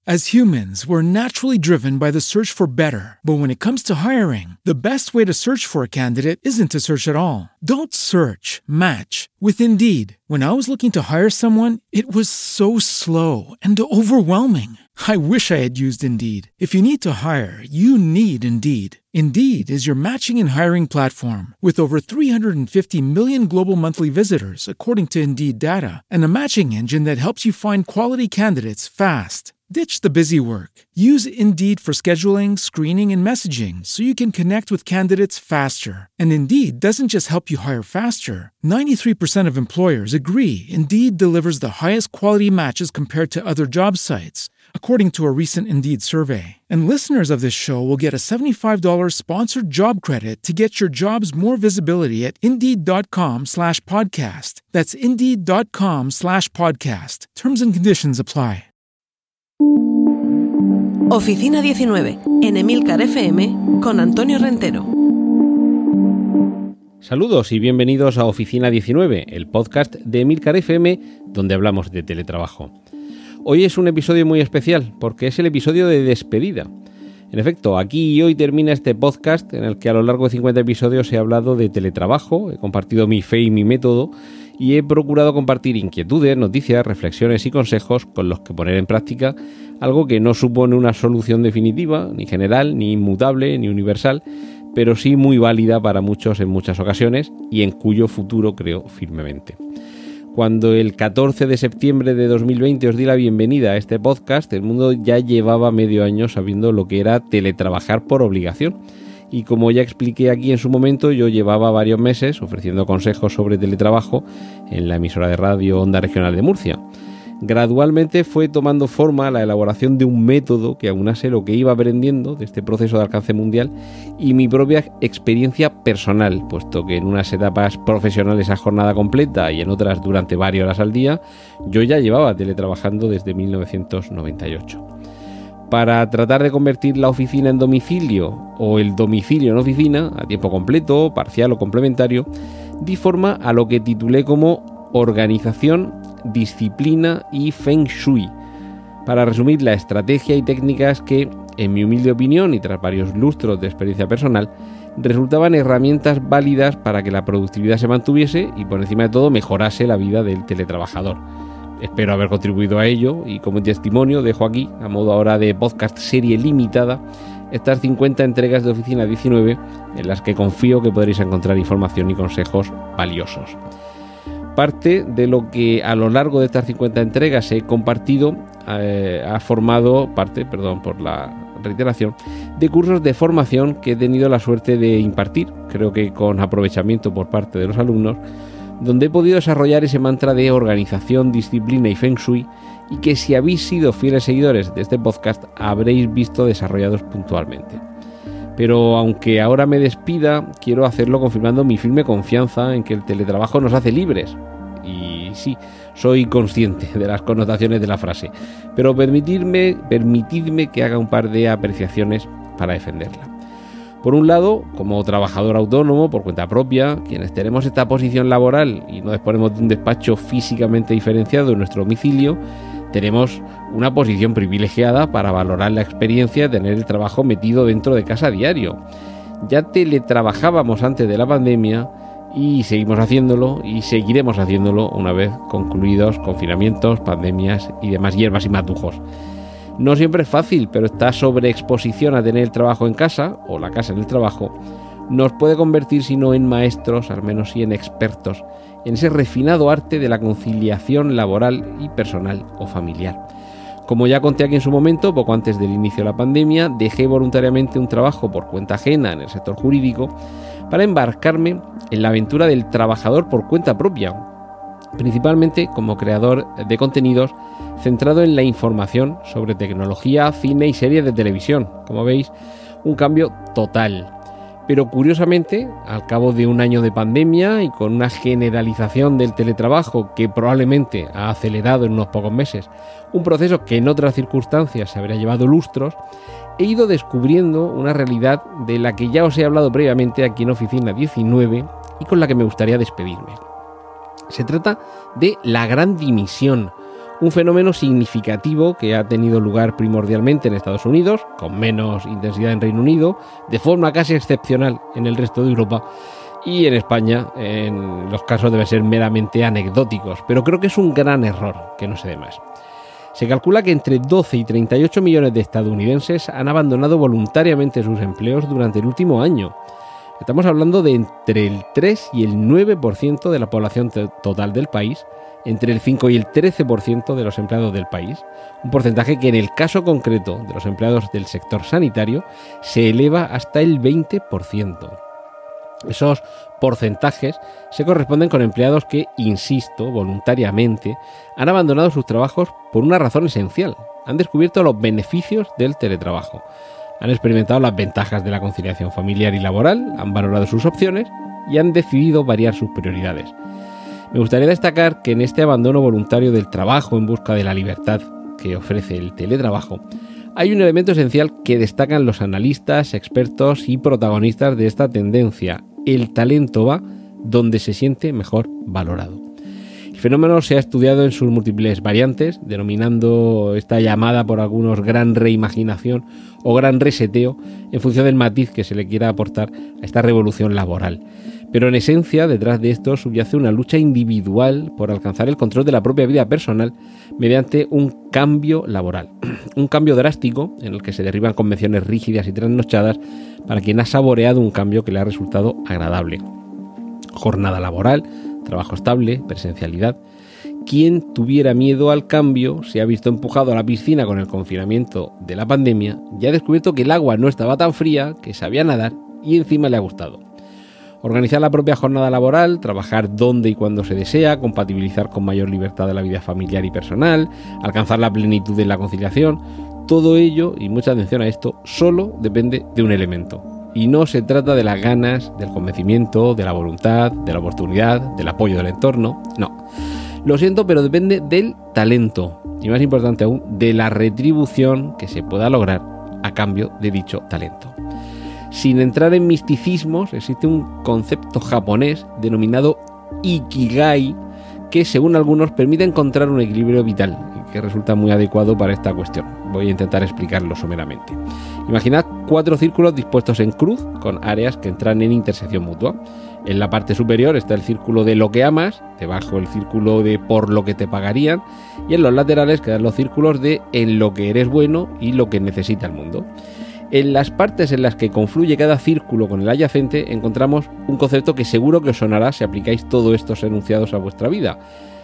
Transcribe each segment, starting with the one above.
As humans, we're naturally driven by the search for better. But when it comes to hiring, the best way to search for a candidate isn't to search at all. Don't search, match with Indeed. When I was looking to hire someone, it was so slow and overwhelming. I wish I had used Indeed. If you need to hire, you need Indeed. Indeed is your matching and hiring platform with over 350 million global monthly visitors, according to Indeed data, and a matching engine that helps you find quality candidates fast. Ditch the busy work. Use Indeed for scheduling, screening, and messaging so you can connect with candidates faster. And Indeed doesn't just help you hire faster. 93% of employers agree Indeed delivers the highest quality matches compared to other job sites, according to a recent Indeed survey. And listeners of this show will get a $75 sponsored job credit to get your jobs more visibility at Indeed.com/podcast. That's Indeed.com/podcast. Terms and conditions apply. Oficina 19, en Emilcar FM, con Antonio Rentero. Saludos y bienvenidos a Oficina 19, el podcast de Emilcar FM, donde hablamos de teletrabajo. Hoy es un episodio muy especial, porque es el episodio de despedida. En efecto, aquí y hoy termina este podcast en el que a lo largo de 50 episodios he hablado de teletrabajo, he compartido mi fe y mi método, y he procurado compartir inquietudes, noticias, reflexiones y consejos con los que poner en práctica algo que no supone una solución definitiva, ni general, ni inmutable, ni universal, pero sí muy válida para muchos en muchas ocasiones y en cuyo futuro creo firmemente. Cuando el 14 de septiembre de 2020 os di la bienvenida a este podcast, el mundo ya llevaba medio año sabiendo lo que era teletrabajar por obligación. Y como ya expliqué aquí en su momento, yo llevaba varios meses ofreciendo consejos sobre teletrabajo en la emisora de radio Onda Regional de Murcia. Gradualmente fue tomando forma la elaboración de un método que aunase lo que iba aprendiendo de este proceso de alcance mundial y mi propia experiencia personal, puesto que en unas etapas profesionales a jornada completa y en otras durante varias horas al día, yo ya llevaba teletrabajando desde 1998. Para tratar de convertir la oficina en domicilio o el domicilio en oficina, a tiempo completo, parcial o complementario, di forma a lo que titulé como organización, disciplina y Feng Shui, para resumir la estrategia y técnicas que, en mi humilde opinión y tras varios lustros de experiencia personal, resultaban herramientas válidas para que la productividad se mantuviese y por encima de todo mejorase la vida del teletrabajador. Espero haber contribuido a ello y como testimonio dejo aquí, a modo ahora de podcast serie limitada, estas 50 entregas de Oficina 19 en las que confío que podréis encontrar información y consejos valiosos. Parte de lo que a lo largo de estas 50 entregas he compartido ha formado parte, perdón por la reiteración, de cursos de formación que he tenido la suerte de impartir, creo que con aprovechamiento por parte de los alumnos, donde he podido desarrollar ese mantra de organización, disciplina y Feng Shui y que si habéis sido fieles seguidores de este podcast habréis visto desarrollados puntualmente. Pero aunque ahora me despida, quiero hacerlo confirmando mi firme confianza en que el teletrabajo nos hace libres. Y sí, soy consciente de las connotaciones de la frase, pero permitidme que haga un par de apreciaciones para defenderla. Por un lado, como trabajador autónomo por cuenta propia, quienes tenemos esta posición laboral y no disponemos de un despacho físicamente diferenciado en nuestro domicilio, tenemos una posición privilegiada para valorar la experiencia de tener el trabajo metido dentro de casa a diario. Ya teletrabajábamos antes de la pandemia y seguimos haciéndolo y seguiremos haciéndolo una vez concluidos confinamientos, pandemias y demás hierbas y matujos. No siempre es fácil, pero esta sobreexposición a tener el trabajo en casa, o la casa en el trabajo, nos puede convertir, si no en maestros, al menos sí en expertos, en ese refinado arte de la conciliación laboral y personal o familiar. Como ya conté aquí en su momento, poco antes del inicio de la pandemia, dejé voluntariamente un trabajo por cuenta ajena en el sector jurídico para embarcarme en la aventura del trabajador por cuenta propia, principalmente como creador de contenidos centrado en la información sobre tecnología, cine y series de televisión. Como veis, un cambio total. Pero curiosamente, al cabo de un año de pandemia y con una generalización del teletrabajo que probablemente ha acelerado en unos pocos meses, un proceso que en otras circunstancias se habría llevado lustros, he ido descubriendo una realidad de la que ya os he hablado previamente aquí en Oficina 19 y con la que me gustaría despedirme. Se trata de la gran dimisión, Un fenómeno significativo que ha tenido lugar primordialmente en Estados Unidos, con menos intensidad en Reino Unido, de forma casi excepcional en el resto de Europa, y en España, en los casos deben ser meramente anecdóticos, pero creo que es un gran error que no se dé más. Se calcula que entre 12 y 38 millones de estadounidenses han abandonado voluntariamente sus empleos durante el último año. Estamos hablando de entre el 3 y el 9% de la población total del país, entre el 5 y el 13% de los empleados del país, un porcentaje que en el caso concreto de los empleados del sector sanitario se eleva hasta el 20%. Esos porcentajes se corresponden con empleados que, insisto, voluntariamente han abandonado sus trabajos por una razón esencial. Han descubierto los beneficios del teletrabajo. Han experimentado las ventajas de la conciliación familiar y laboral, han valorado sus opciones y han decidido variar sus prioridades. Me gustaría destacar que en este abandono voluntario del trabajo en busca de la libertad que ofrece el teletrabajo, hay un elemento esencial que destacan los analistas, expertos y protagonistas de esta tendencia. El talento va donde se siente mejor valorado. El fenómeno se ha estudiado en sus múltiples variantes, denominando esta llamada por algunos gran reimaginación o gran reseteo en función del matiz que se le quiera aportar a esta revolución laboral. Pero en esencia, detrás de esto subyace una lucha individual por alcanzar el control de la propia vida personal mediante un cambio laboral. Un cambio drástico en el que se derriban convenciones rígidas y trasnochadas para quien ha saboreado un cambio que le ha resultado agradable. Jornada laboral, trabajo estable, presencialidad. Quien tuviera miedo al cambio se ha visto empujado a la piscina con el confinamiento de la pandemia y ha descubierto que el agua no estaba tan fría, que sabía nadar y encima le ha gustado. Organizar la propia jornada laboral, trabajar donde y cuando se desea, compatibilizar con mayor libertad de la vida familiar y personal, alcanzar la plenitud de la conciliación, todo ello, y mucha atención a esto, solo depende de un elemento. Y no se trata de las ganas, del convencimiento, de la voluntad, de la oportunidad, del apoyo del entorno, no. Lo siento, pero depende del talento, y más importante aún, de la retribución que se pueda lograr a cambio de dicho talento. Sin entrar en misticismos, existe un concepto japonés denominado Ikigai que, según algunos, permite encontrar un equilibrio vital y que resulta muy adecuado para esta cuestión. Voy a intentar explicarlo someramente. Imaginad 4 círculos dispuestos en cruz con áreas que entran en intersección mutua. En la parte superior está el círculo de lo que amas, debajo el círculo de por lo que te pagarían y en los laterales quedan los círculos de en lo que eres bueno y lo que necesita el mundo. En las partes en las que confluye cada círculo con el adyacente encontramos un concepto que seguro que os sonará si aplicáis todos estos enunciados a vuestra vida.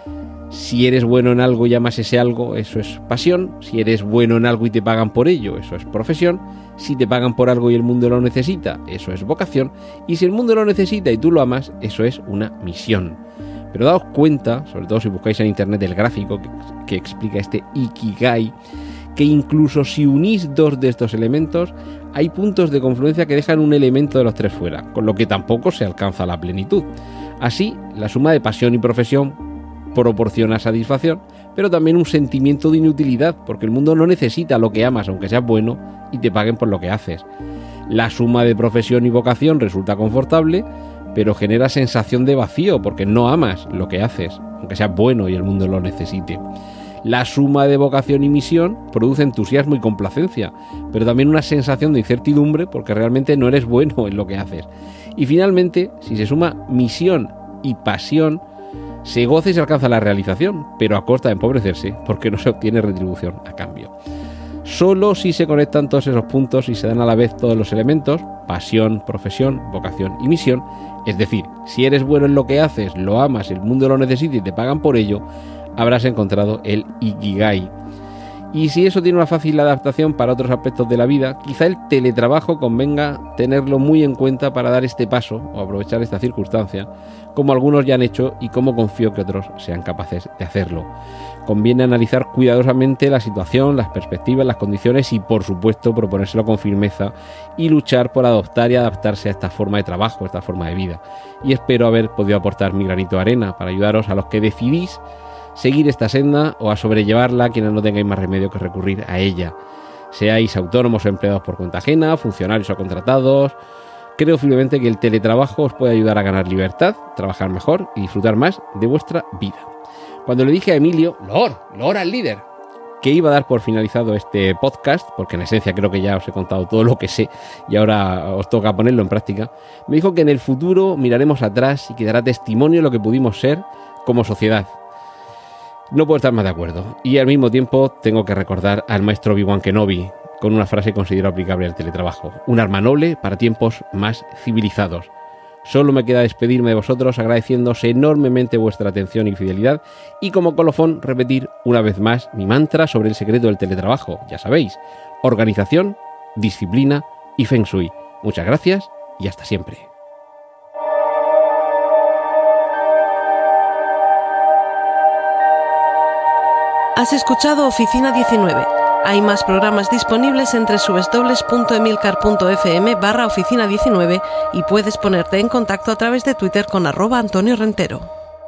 Si eres bueno en algo y amas ese algo, eso es pasión. Si eres bueno en algo y te pagan por ello, eso es profesión. Si te pagan por algo y el mundo lo necesita, eso es vocación. Y si el mundo lo necesita y tú lo amas, eso es una misión. Pero daos cuenta, sobre todo si buscáis en internet el gráfico que explica este Ikigai, que incluso si unís 2 de estos elementos, hay puntos de confluencia que dejan un elemento de los 3 fuera, con lo que tampoco se alcanza la plenitud. Así, la suma de pasión y profesión proporciona satisfacción, pero también un sentimiento de inutilidad, porque el mundo no necesita lo que amas, aunque seas bueno, y te paguen por lo que haces. La suma de profesión y vocación resulta confortable, pero genera sensación de vacío, porque no amas lo que haces, aunque seas bueno y el mundo lo necesite. La suma de vocación y misión produce entusiasmo y complacencia, pero también una sensación de incertidumbre porque realmente no eres bueno en lo que haces. Y finalmente, si se suma misión y pasión, se goza y se alcanza la realización, pero a costa de empobrecerse porque no se obtiene retribución a cambio. Solo si se conectan todos esos puntos y se dan a la vez todos los elementos, pasión, profesión, vocación y misión, es decir, si eres bueno en lo que haces, lo amas, el mundo lo necesita y te pagan por ello, habrás encontrado el Ikigai. Y si eso tiene una fácil adaptación para otros aspectos de la vida, quizá el teletrabajo convenga tenerlo muy en cuenta para dar este paso o aprovechar esta circunstancia, como algunos ya han hecho y como confío que otros sean capaces de hacerlo. Conviene analizar cuidadosamente la situación, las perspectivas, las condiciones y, por supuesto, proponérselo con firmeza y luchar por adoptar y adaptarse a esta forma de trabajo, a esta forma de vida. Y espero haber podido aportar mi granito de arena para ayudaros a los que decidís seguir esta senda o a sobrellevarla quienes no tengáis más remedio que recurrir a ella. Seáis autónomos o empleados por cuenta ajena, funcionarios o contratados, creo firmemente que el teletrabajo os puede ayudar a ganar libertad, trabajar mejor y disfrutar más de vuestra vida. Cuando le dije a Emilio, Lord al líder, que iba a dar por finalizado este podcast, porque en esencia creo que ya os he contado todo lo que sé y ahora os toca ponerlo en práctica, me dijo que en el futuro miraremos atrás y quedará testimonio de lo que pudimos ser como sociedad. No puedo estar más de acuerdo, y al mismo tiempo tengo que recordar al maestro Obi-Wan Kenobi con una frase que considero aplicable al teletrabajo: un arma noble para tiempos más civilizados. Solo me queda despedirme de vosotros agradeciéndoos enormemente vuestra atención y fidelidad, y como colofón repetir una vez más mi mantra sobre el secreto del teletrabajo. Ya sabéis, organización, disciplina y Feng Shui. Muchas gracias y hasta siempre. Has escuchado Oficina 19. Hay más programas disponibles en www.emilcar.fm/oficina19 y puedes ponerte en contacto a través de Twitter con @Antonio Rentero.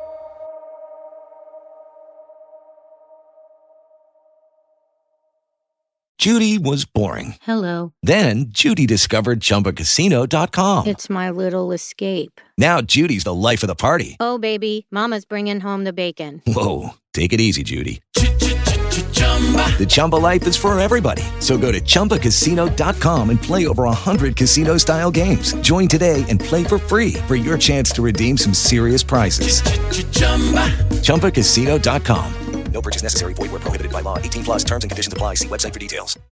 Judy was boring. Hello. Then Judy discovered ChumbaCasino.com. It's my little escape. Now Judy's the life of the party. Oh, baby, mama's bringing home the bacon. Whoa, take it easy, Judy. The Chumba life is for everybody. So go to ChumbaCasino.com and play over 100 casino-style games. Join today and play for free for your chance to redeem some serious prizes. ChumbaCasino.com. No purchase necessary. Void where prohibited by law. 18+ terms and conditions apply. See website for details.